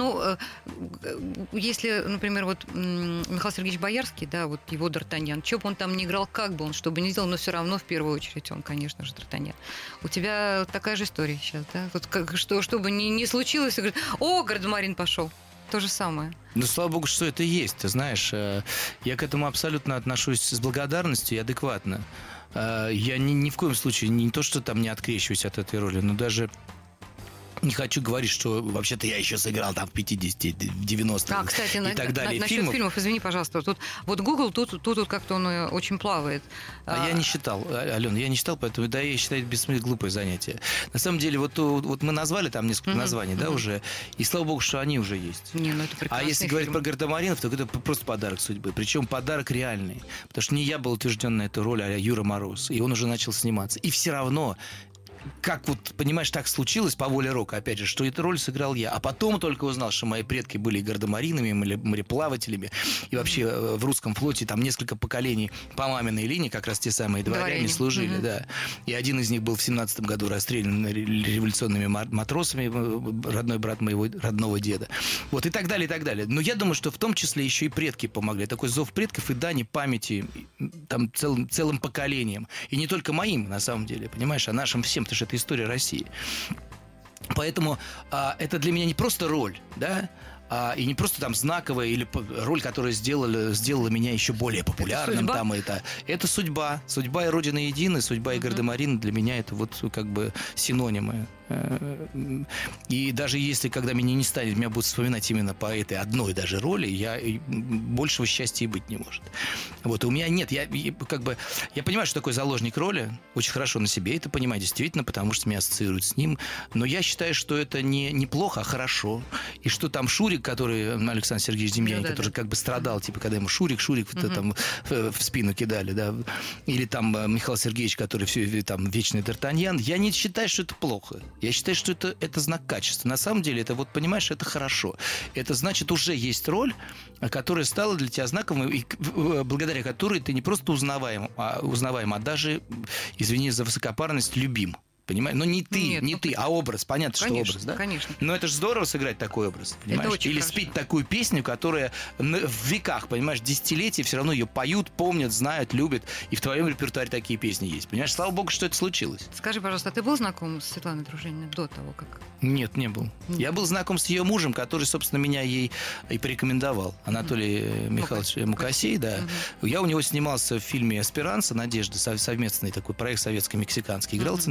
Speaker 1: если, например, вот Михаил Сергеевич Боярский, да, вот его Д'Артаньян, что бы он там ни играл, как бы он, что бы ни сделал, но все равно, в первую очередь, он, конечно же, Д'Артаньян. У тебя такая же история сейчас, да? Вот что бы ни случилось, говорит, гардемарин пошел. То же самое.
Speaker 2: Слава богу, что это есть, ты знаешь. Я к этому абсолютно отношусь с благодарностью и адекватно. Я ни в коем случае не то, что там не открещиваюсь от этой роли, но даже... Не хочу говорить, что вообще-то я еще сыграл там в 50, в 90-х
Speaker 1: кстати,
Speaker 2: и так далее.
Speaker 1: Насчет фильмов, извини, пожалуйста. Тут вот Google, тут как-то он очень плавает.
Speaker 2: Я не считал, Алена, поэтому, да, я считаю, это бессмысленно глупое занятие. На самом деле, вот мы назвали там несколько названий, да, уже, и слава богу, что они уже есть.
Speaker 1: Это
Speaker 2: если говорить про гардемаринов, то это просто подарок судьбы. Причем подарок реальный. Потому что не я был утвержден на эту роль, а Юра Мороз. И он уже начал сниматься. И все равно... Как вот, понимаешь, так случилось по воле рока, опять же, что эту роль сыграл я. А потом только узнал, что мои предки были гардемаринами, мореплавателями. И вообще в русском флоте там несколько поколений по маминой линии, как раз те самые дворяне служили, да. И один из них был в 17-м году расстрелян революционными матросами, родной брат моего родного деда. Вот и так далее, и так далее. Но я думаю, что в том числе еще и предки помогли. Такой зов предков и дани памяти там целым поколениям. И не только моим, на самом деле, понимаешь, а нашим всем, потому что это история России. Поэтому это для меня не просто роль, да, и не просто там знаковая или роль, которая сделала меня еще более популярным. Это судьба. Судьба и Родина едины, судьба и гардемарин для меня это вот как бы синонимы. И даже если, когда меня не станет, меня будут вспоминать именно по этой одной даже роли, большего счастья и быть не может. Вот, и у меня нет, я понимаю, что такое заложник роли, очень хорошо на себе это понимаю, действительно, потому что меня ассоциируют с ним, но я считаю, что это не плохо, а хорошо, и что там Шурик, который, Александр Сергеевич Демьянин, который как бы страдал, типа, когда ему Шурик там в спину кидали, да, или там Михаил Сергеевич, который там вечный Д'Артаньян, я не считаю, что это плохо. Я считаю, что это знак качества. На самом деле, это вот, понимаешь, это хорошо. Это значит, уже есть роль, которая стала для тебя знаковой, и благодаря которой ты не просто узнаваем, а даже, извини за высокопарность, любим. Понимаешь? Но не ты, а образ. Понятно, конечно, что образ, да?
Speaker 1: Конечно.
Speaker 2: Но это же здорово сыграть такой образ, понимаешь? Или хорошо. Спеть такую песню, которая в веках, понимаешь, десятилетия все равно ее поют, помнят, знают, любят. И в твоем репертуаре такие песни есть. Понимаешь? Слава богу, что это случилось.
Speaker 1: Скажи, пожалуйста, а ты был знаком с Светланой Дружининой до того, как...
Speaker 2: Нет, не был. Я был знаком с ее мужем, который, собственно, меня ей и порекомендовал. Анатолий Михайлович Мукасей, да. Я у него снимался в фильме «Эсперанса», «Надежда», совместный такой проект советско-мексиканский. Играл центральную роль.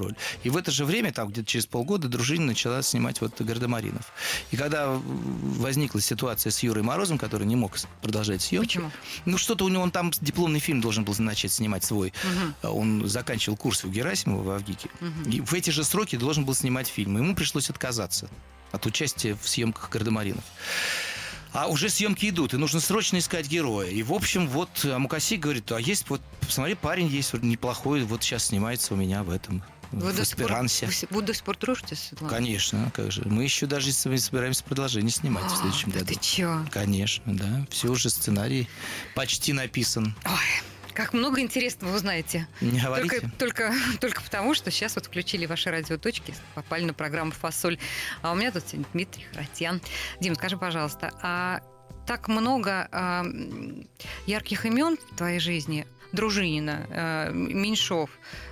Speaker 2: роль. И в это же время, там где-то через полгода, Дружинина начала снимать вот «Гардемаринов». И когда возникла ситуация с Юрой Морозом, который не мог продолжать съемки.
Speaker 1: Почему?
Speaker 2: Ну, что-то у него, он там дипломный фильм должен был начать снимать свой. Он заканчивал курс у Герасимова в Авгике. И в эти же сроки должен был снимать фильм. Ему пришлось отказаться от участия в съемках «Гардемаринов». А уже съемки идут, и нужно срочно искать героя. И, в общем, вот Мукасик говорит, а есть, вот, посмотри, парень есть неплохой, вот сейчас снимается у меня в этом, в «Эсперансе».
Speaker 1: Вы до сих пор дружите, Светлана?
Speaker 2: Конечно, как же. Мы еще даже собираемся продолжение снимать в следующем году.
Speaker 1: Ты чё?
Speaker 2: Конечно, да. Все уже сценарий почти написан.
Speaker 1: Ой. Как много интересного узнаете.
Speaker 2: Не говорите.
Speaker 1: Только потому, что сейчас вот включили ваши радиоточки, попали на программу «Фасоль». А у меня тут сегодня Дмитрий Харатьян. Дим, скажи, пожалуйста, а так много ярких имен в твоей жизни? Дружинина, Меньшов,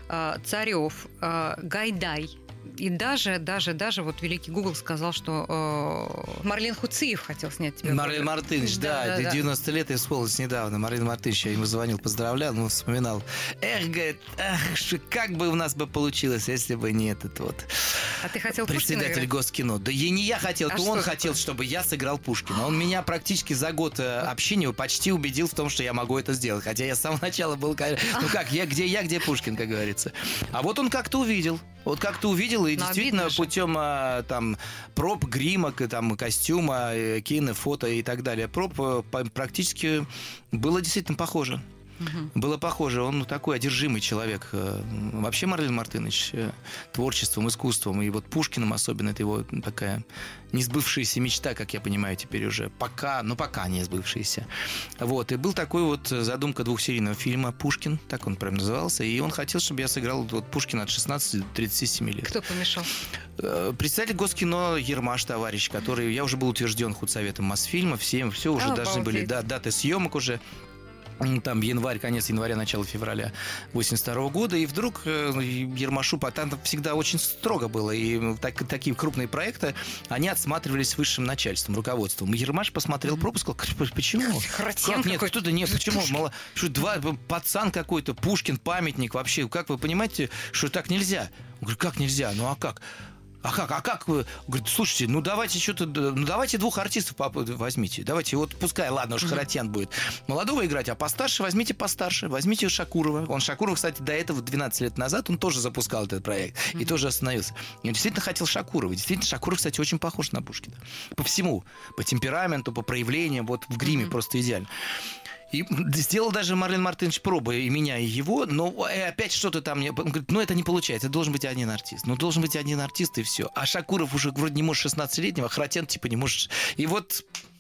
Speaker 1: Царев, Гайдай. И даже вот великий Google сказал, что Марлен Хуциев хотел снять тебя.
Speaker 2: Марлен Мартынович, да, 90 лет я исполнилось недавно. Марлен Мартынович, я ему звонил, поздравлял, но вспоминал. Говорит, как бы у нас бы получилось, если бы не этот вот...
Speaker 1: А ты хотел
Speaker 2: председатель Госкино. Да не я хотел, то он хотел, чтобы я сыграл Пушкина. Он меня практически за год общения почти убедил в том, что я могу это сделать. Хотя я с самого начала был... Ну как, где Пушкин, как говорится. А вот он как-то увидел. И действительно путем там проб, гримок, там, костюма, кино, фото и так далее. Проб практически было действительно похоже. Было похоже, он такой одержимый человек. Вообще Марлен Мартынович творчеством, искусством, и вот Пушкиным особенно, это его такая несбывшаяся мечта, как я понимаю теперь уже. Пока не сбывшаяся. Вот, и был такой вот задумка двухсерийного фильма «Пушкин», так он прям назывался, и он хотел, чтобы я сыграл вот Пушкина от 16 до 37 лет.
Speaker 1: Кто помешал?
Speaker 2: Председатель Госкино Ермаш, товарищ, который, я уже был утвержден худсоветом Мосфильма, все уже должны были, даты съемок уже. Там конец января, начало февраля 82 года, и вдруг Ермашу, там всегда очень строго было, и такие крупные проекты, они отсматривались высшим начальством, руководством. И Ермаш посмотрел пропуск, сказал, почему? Как нет, кто-то нет, почему? Пацан какой-то, Пушкин, памятник вообще, как вы понимаете, что так нельзя? Он говорит, как нельзя? Ну а как? А как вы? Говорит, слушайте, давайте двух артистов возьмите. Давайте, вот пускай, ладно, уж Харатьян будет молодого играть, а постарше возьмите постарше. Возьмите Шакурова. Шакуров, кстати, до этого 12 лет назад, он тоже запускал этот проект и тоже остановился. И он действительно хотел Шакурова. Действительно, Шакуров, кстати, очень похож на Пушкина. По всему. По темпераменту, по проявлениям. Вот в гриме просто идеально. И сделал даже Марлен Мартынович пробы и меня, и его, но опять что-то там... Он говорит, это не получается, это должен быть один артист. Должен быть один артист, и все. А Шакуров уже вроде не может 16-летнего, а Харатьян не может... И вот...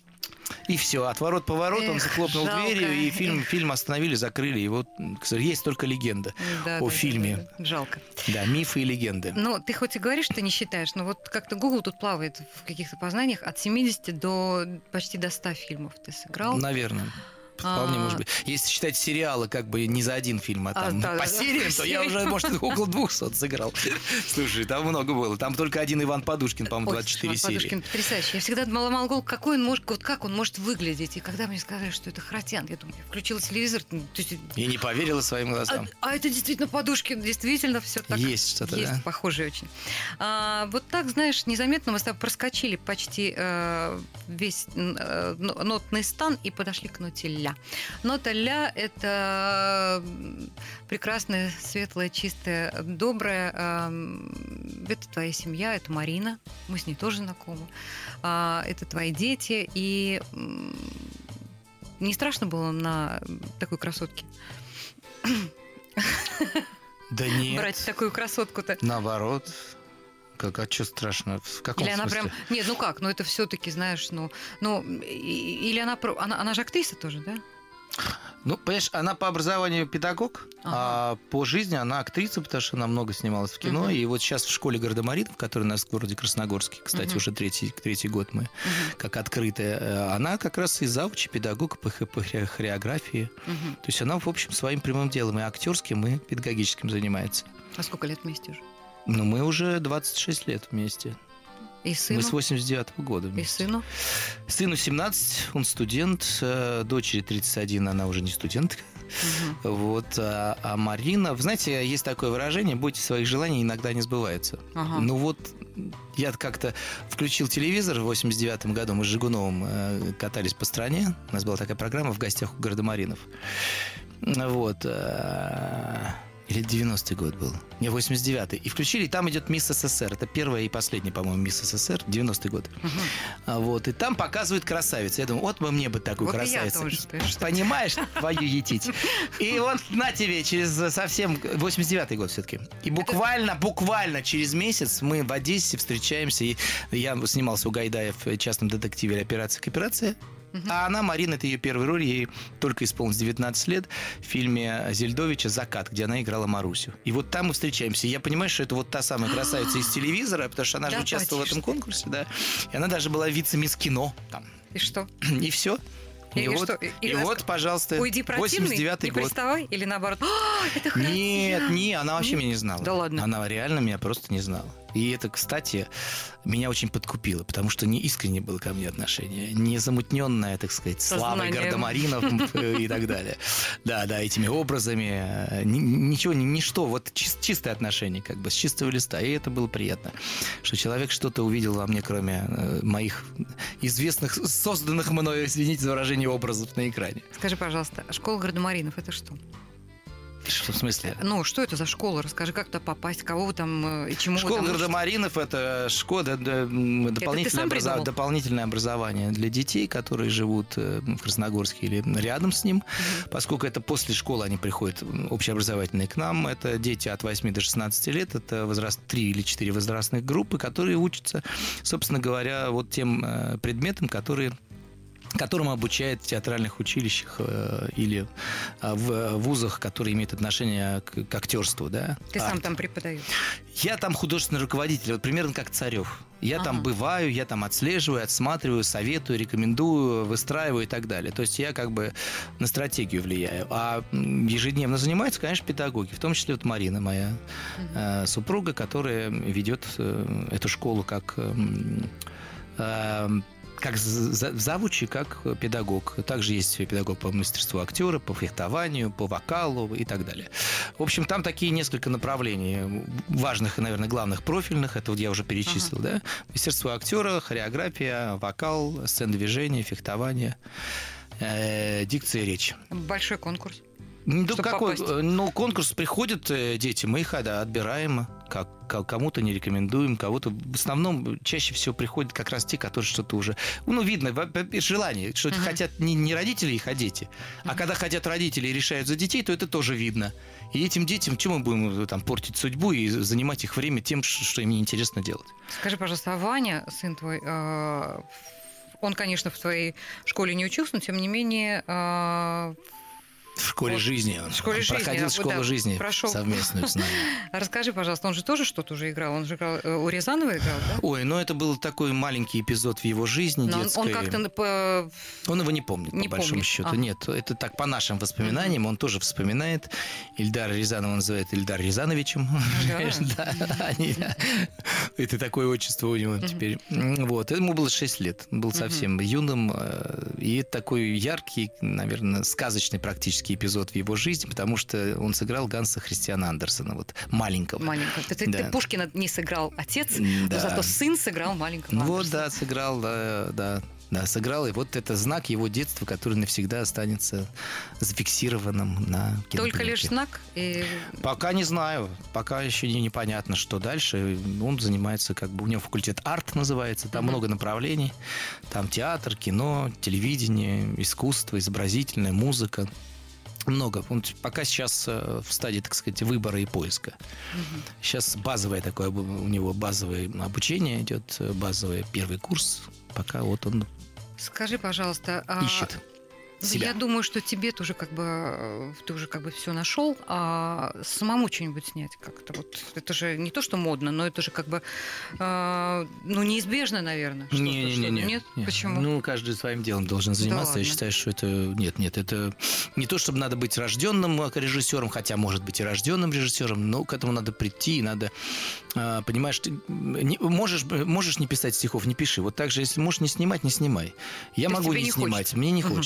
Speaker 2: И все, отворот-поворот, он захлопнул дверью, и фильм остановили, закрыли. И вот, есть только легенда о фильме.
Speaker 1: Жалко.
Speaker 2: Да, мифы и легенды.
Speaker 1: Но ты хоть и говоришь, что не считаешь, но вот как-то Google тут плавает в каких-то познаниях от 70 до почти до 100 фильмов ты сыграл.
Speaker 2: Наверное. Вполне может быть. Если считать сериалы как бы не за один фильм, а там по сериям, то я уже, может, около 200 сыграл. Слушай, там много было. Там только один Иван Подушкин, по-моему, 24 серии.
Speaker 1: Подушкин потрясающий. Я всегда думала, как он может выглядеть. И когда мне сказали, что это Харатьян, я думаю, я включила телевизор.
Speaker 2: И не поверила своим глазам.
Speaker 1: А это действительно Подушкин. Действительно все так.
Speaker 2: Есть что-то, да.
Speaker 1: Похоже очень. Вот так, знаешь, незаметно мы с тобой проскочили почти весь нотный стан и подошли к ноте ля. Нота ля – это прекрасная, светлая, чистая, добрая. Это твоя семья, это Марина. Мы с ней тоже знакомы. Это твои дети. И не страшно было на такой красотке?
Speaker 2: Да нет.
Speaker 1: Брать такую красотку-то?
Speaker 2: Наоборот. А что страшно? В каком
Speaker 1: или
Speaker 2: смысле?
Speaker 1: Она прям... Нет, как? Это все-таки, знаешь, или она же актриса тоже, да?
Speaker 2: Понимаешь, она по образованию педагог, а по жизни она актриса, потому что она много снималась в кино. И вот сейчас в школе Гардемаринов, которая у нас в городе Красногорске, кстати, уже третий год мы как открытая, она как раз и завуч, педагог по хореографии. То есть она, в общем, своим прямым делом и актерским, и педагогическим занимается.
Speaker 1: А сколько лет вместе уже?
Speaker 2: Мы уже 26 лет вместе.
Speaker 1: И сыну?
Speaker 2: Мы с 89-го года вместе.
Speaker 1: И сыну?
Speaker 2: Сыну 17, он студент, дочери 31, она уже не студентка. Вот. А Марина... Вы знаете, есть такое выражение: бойтесь своих желаний, иногда они сбываются. Ну вот, я как-то включил телевизор в 89-м году. Мы с Жигуновым катались по стране. У нас была такая программа «В гостях у гардемаринов». Вот. Или 90-й год был. Не, 89-й. И включили, и там идет «Мисс СССР». Это первая и последняя, по-моему, «Мисс СССР», 90-й год. Вот. И там показывают красавицу. Я думаю, вот бы мне бы такую вот красавицу. Тоже, понимаешь, твою етить. И вот на тебе через совсем... 89-й год все-таки. И буквально через месяц мы в Одессе встречаемся. И я снимался у Гайдая в частном детективе «Операция к операции». А она, Марина, это ее первая роль, ей только исполнилось 19 лет в фильме Зельдовича «Закат», где она играла Марусю. И вот там мы встречаемся. И я понимаю, что это вот та самая красавица из телевизора, потому что она же участвовала в этом конкурсе, да. И она даже была вице-мисс кино там.
Speaker 1: И что? И
Speaker 2: все. И вот, пожалуйста, 89-й год.
Speaker 1: Не приставай, или наоборот, это хорошо.
Speaker 2: Нет, она вообще меня не знала.
Speaker 1: Да ладно.
Speaker 2: Она реально меня просто не знала. И это, кстати, меня очень подкупило, потому что не искренне было ко мне отношение, не замутненное, так сказать, славой гардемаринов и так далее. Да, этими образами. Ничего, ничто. Вот чистое отношение, как бы, с чистого листа. И это было приятно, что человек что-то увидел во мне, кроме моих известных, созданных мною, извините за выражение, образов на экране.
Speaker 1: Скажи, пожалуйста, школа гардемаринов — это что?
Speaker 2: Что в смысле?
Speaker 1: Ну, что это за школа? Расскажи, как туда попасть, кого вы там и чему
Speaker 2: школа
Speaker 1: вы там...
Speaker 2: гардемаринов — это школа, дополнительное образование для детей, которые живут в Красногорске или рядом с ним. Поскольку это после школы они приходят общеобразовательные к нам. Это дети от 8 до 16 лет. Это 3 или 4 возрастных группы, которые учатся, собственно говоря, вот тем предметам, которым обучают в театральных училищах или в вузах, которые имеют отношение к актерству, да.
Speaker 1: Ты сам там преподаешь?
Speaker 2: Я там художественный руководитель, вот примерно как Царев. Я там бываю, я там отслеживаю, отсматриваю, советую, рекомендую, выстраиваю и так далее. То есть я как бы на стратегию влияю. А ежедневно занимаются, конечно, педагоги, в том числе вот Марина, моя супруга, которая ведет эту школу как завуч, как педагог. Также есть педагог по мастерству актера, по фехтованию, по вокалу и так далее. В общем, там такие несколько направлений важных и, наверное, главных профильных. Это вот я уже перечислил, да? Мастерство актера, хореография, вокал, сцен-движение, фехтование, дикция и речь.
Speaker 1: Большой конкурс.
Speaker 2: Ну, какой? Ну, конкурс приходят дети, мы их отбираем, кому-то не рекомендуем, кого-то. В основном чаще всего приходят как раз те, которые что-то уже... Ну, видно, желание, что это хотят не родители их, а дети. А когда хотят родители и решают за детей, то это тоже видно. И этим детям, чем мы будем там портить судьбу и занимать их время тем, что им неинтересно делать?
Speaker 1: Скажи, пожалуйста, а Ваня, сын твой, он, конечно, в твоей школе не учился, но тем не менее...
Speaker 2: В школе жизни. Он проходил школу жизни совместную с нами.
Speaker 1: Расскажи, пожалуйста, он же тоже что-то уже играл? Он же играл, у Рязанова играл, да?
Speaker 2: Ой, ну это был такой маленький эпизод в его жизни детской.
Speaker 1: Он как-то...
Speaker 2: Он его не помнит, по большому счету. Нет, это так, по нашим воспоминаниям, он тоже вспоминает. Ильдара Рязанова называет Ильдар Рязановичем. Это такое отчество у него теперь. Вот, ему было 6 лет. Он был совсем юным. И такой яркий, наверное, сказочный практически эпизод в его жизни, потому что он сыграл Ганса Христиана Андерсена, вот маленького.
Speaker 1: Ты Пушкина не сыграл отец, но зато сын сыграл маленького Андерсена.
Speaker 2: Вот, да, сыграл, да, сыграл. И вот это знак его детства, который навсегда останется зафиксированным на кинопленке.
Speaker 1: Только лишь знак?
Speaker 2: Пока не знаю. Пока еще непонятно, что дальше. Он занимается, как бы, у него факультет арт называется. Там много направлений. Там театр, кино, телевидение, искусство, изобразительная музыка. Много. Он пока сейчас в стадии, так сказать, выбора и поиска. Сейчас базовое такое у него базовое обучение идет, базовый первый курс. Пока вот он
Speaker 1: Скажи, пожалуйста,
Speaker 2: ищет себя.
Speaker 1: Я думаю, что тебе тоже ты уже все нашел, а самому что-нибудь снять как-то. Вот это же не то, что модно, но это же неизбежно, наверное.
Speaker 2: Нет.
Speaker 1: Почему?
Speaker 2: Ну, каждый своим делом должен заниматься. Я считаю, что это... Нет, это не то, чтобы надо быть рожденным режиссером, хотя, может быть, и рожденным режиссером, но к этому надо прийти, и надо... Понимаешь, ты можешь не писать стихов, не пиши. Вот так же, если можешь не снимать, не снимай. Я могу не снимать, мне не хочется. Нет, я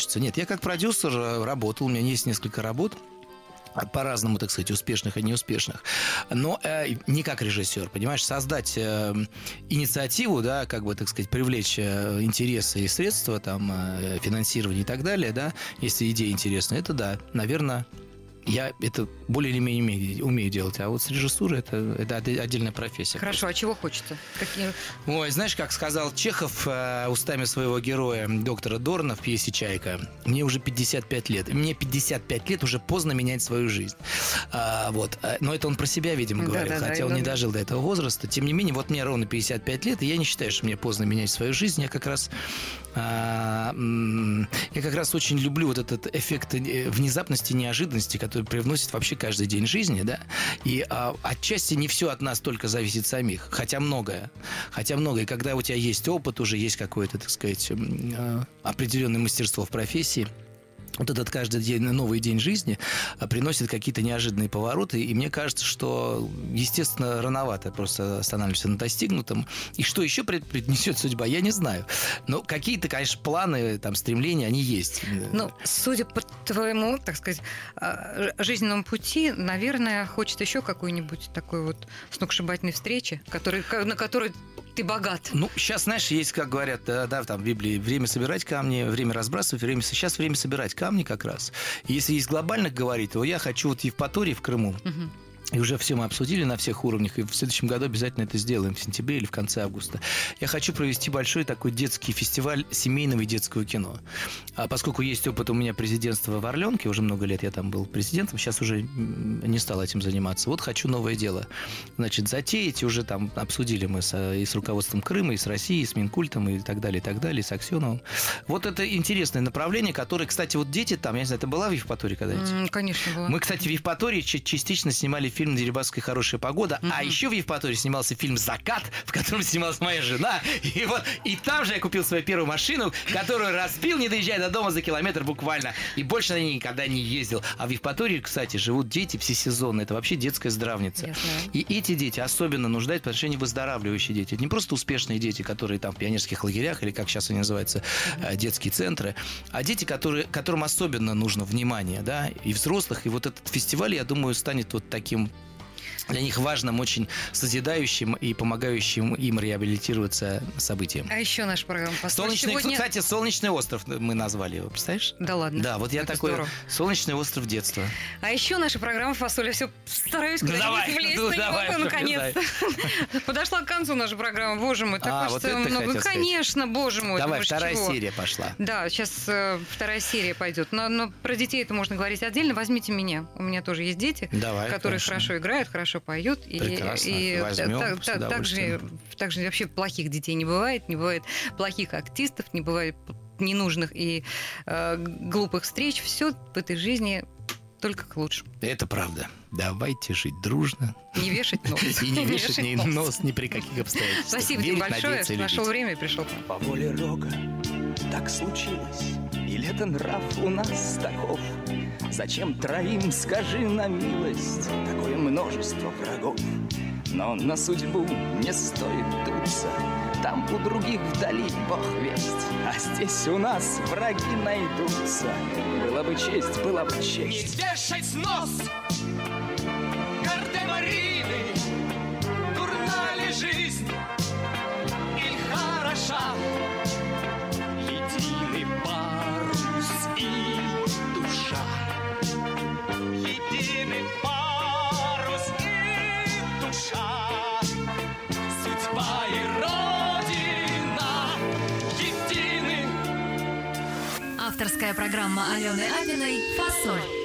Speaker 2: как продюсер работал, у меня есть несколько работ. По-разному, так сказать, успешных и неуспешных. Но не как режиссер, понимаешь, создать инициативу, да, как бы, так сказать, привлечь интересы и средства, там, финансирование и так далее, да, если идея интересная, это да, наверное, я это более или менее умею делать. А вот с режиссурой это отдельная профессия.
Speaker 1: Хорошо, а чего хочется?
Speaker 2: Ой, знаешь, как сказал Чехов устами своего героя, доктора Дорна в пьесе «Чайка», мне уже 55 лет. Мне 55 лет уже поздно менять свою жизнь. Вот. Но это он про себя, видимо, говорил, хотя он не дожил до этого возраста. Тем не менее, вот мне ровно 55 лет, и я не считаю, что мне поздно менять свою жизнь. Я как раз очень люблю вот этот эффект внезапности, неожиданности, который привносит вообще каждый день жизни, да, и отчасти не все от нас только зависит самих, хотя многое, и когда у тебя есть опыт, уже есть какое-то, так сказать, определенное мастерство в профессии, вот этот каждый день, новый день жизни приносит какие-то неожиданные повороты, и мне кажется, что, естественно, рановато просто останавливаемся на достигнутом. И что еще принесет судьба, я не знаю. Но какие-то, конечно, планы, там, стремления, они есть.
Speaker 1: Ну, судя по твоему, так сказать, жизненному пути, наверное, хочется еще какой-нибудь такой вот сногсшибательной встречи, на которой ты богат.
Speaker 2: Ну, сейчас, знаешь, есть, как говорят, да, там в Библии, время собирать камни, время разбрасывать, сейчас время собирать камни как раз. И если есть глобально говорить, то я хочу вот Евпатории в Крыму. Угу. И уже все мы обсудили на всех уровнях, и в следующем году обязательно это сделаем, в сентябре или в конце августа. Я хочу провести большой такой детский фестиваль семейного и детского кино. Поскольку есть опыт у меня президентства в Орленке, уже много лет я там был президентом, сейчас уже не стал этим заниматься. Вот хочу новое дело, значит, затеять, уже там обсудили мы и с руководством Крыма, и с Россией, и с Минкультом, и так далее, и с Аксеновым. Вот это интересное направление, которое, кстати, вот дети там, я не знаю, ты была в Евпатории когда-нибудь?
Speaker 1: Конечно, была.
Speaker 2: Мы, кстати, в Евпатории частично снимали фильм «Дерибасовская хорошая погода», а еще в Евпатории снимался фильм «Закат», в котором снималась моя жена, и там же я купил свою первую машину, которую разбил, не доезжая до дома за километр буквально, и больше на ней никогда не ездил. А в Евпатории, кстати, живут дети всесезонные, это вообще детская здравница. И эти дети особенно нуждаются, потому что они выздоравливающие дети. Это не просто успешные дети, которые там в пионерских лагерях, или как сейчас они называются, детские центры, а дети, которым особенно нужно внимание, да, и взрослых. И вот этот фестиваль, я думаю, станет вот таким для них важным, очень созидающим и помогающим им реабилитироваться событием.
Speaker 1: А еще наша программа
Speaker 2: сегодня... Кстати, «Солнечный остров» мы назвали его, представляешь?
Speaker 1: Да ладно.
Speaker 2: Да, вот я такой здорово. «Солнечный остров детства».
Speaker 1: А еще наша программа «Фасоль». Все стараюсь куда-нибудь влезть, давай, наконец-то. Подошла к концу наша программа, боже мой.
Speaker 2: Вот это много.
Speaker 1: Конечно, боже мой.
Speaker 2: Давай, вторая серия пошла.
Speaker 1: Да, сейчас вторая серия пойдет. Но про детей это можно говорить отдельно. Возьмите меня. У меня тоже есть дети, которые хорошо играют, хорошо поют.
Speaker 2: И
Speaker 1: также вообще плохих детей не бывает плохих артистов, не бывает ненужных и глупых встреч. Все в этой жизни только к лучшему.
Speaker 2: Это правда. Давайте жить дружно.
Speaker 1: Не вешать нос.
Speaker 2: И не вешать нос ни при каких обстоятельствах.
Speaker 1: Спасибо тебе большое, что нашел время и пришел.
Speaker 3: По воле Рога так случилось, или это нрав у нас таков? Зачем троим, скажи на милость, такое множество врагов? Но на судьбу не стоит дуться, там у других вдали Бог весть, а здесь у нас враги найдутся. Была бы честь, была бы честь.
Speaker 4: Не вешать нос Гардемарины, дурна ли жизнь или хороша? Единый парус и душа, единый парус и душа, судьба и родина едины.
Speaker 5: Авторская программа Алены Апиной «Фасоль».